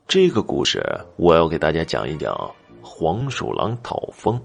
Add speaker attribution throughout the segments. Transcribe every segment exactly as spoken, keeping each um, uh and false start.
Speaker 1: 这个故事我要给大家讲一讲黄鼠狼讨风。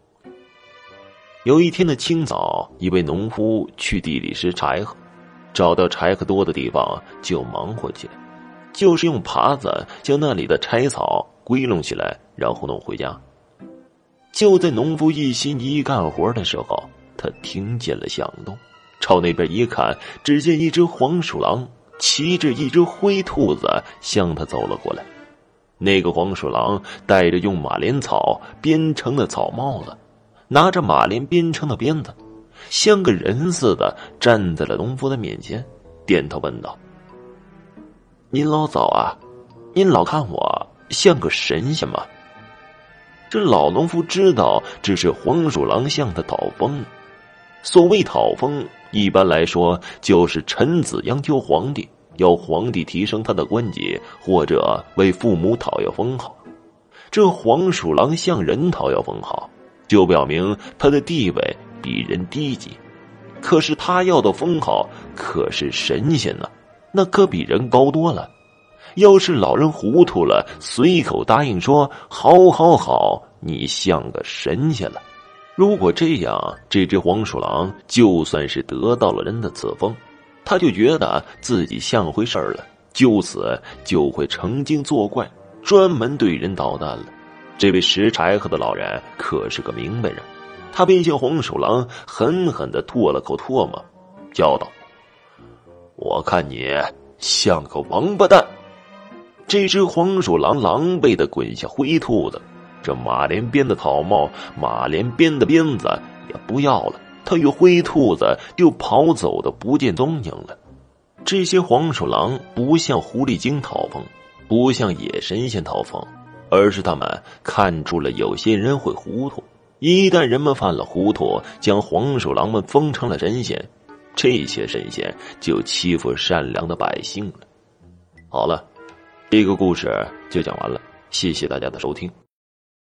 Speaker 1: 有一天的清早，一位农夫去地里拾柴禾，找到柴禾多的地方就忙活起来，就是用耙子将那里的柴草归拢起来，然后弄回家。就在农夫一心一意干活的时候，他听见了响动，朝那边一看，只见一只黄鼠狼骑着一只灰兔子向他走了过来。那个黄鼠狼戴着用马莲草编成的草帽子，拿着马莲编成的鞭子，像个人似的站在了农夫的面前，点头问道：“您老早啊，您老看我像个神仙吗？”这老农夫知道这是黄鼠狼向他讨风。所谓讨风，一般来说就是臣子央求皇帝，要皇帝提升他的官阶，或者为父母讨要封号。这黄鼠狼向人讨要封号，就表明他的地位比人低级。可是他要的封号可是神仙呢，那可比人高多了。要是老人糊涂了，随口答应说好好好，你像个神仙了。如果这样，这只黄鼠狼就算是得到了人的赐封，他就觉得自己像回事了，就此就会成精作怪，专门对人捣蛋了。这位拾柴禾的老人可是个明白人，他便向黄鼠狼狠狠地吐了口唾沫，叫道：“我看你像个王八蛋！”这只黄鼠狼狼狈地滚下灰兔子，这马莲编的草帽、马莲编的鞭子也不要了，他与灰兔子就跑走的不见踪影了。这些黄鼠狼不像狐狸精讨风，不像野神仙讨风，而是他们看出了有些人会糊涂，一旦人们犯了糊涂，将黄鼠狼们封成了神仙，这些神仙就欺负善良的百姓了。好了，这个故事就讲完了，谢谢大家的收听。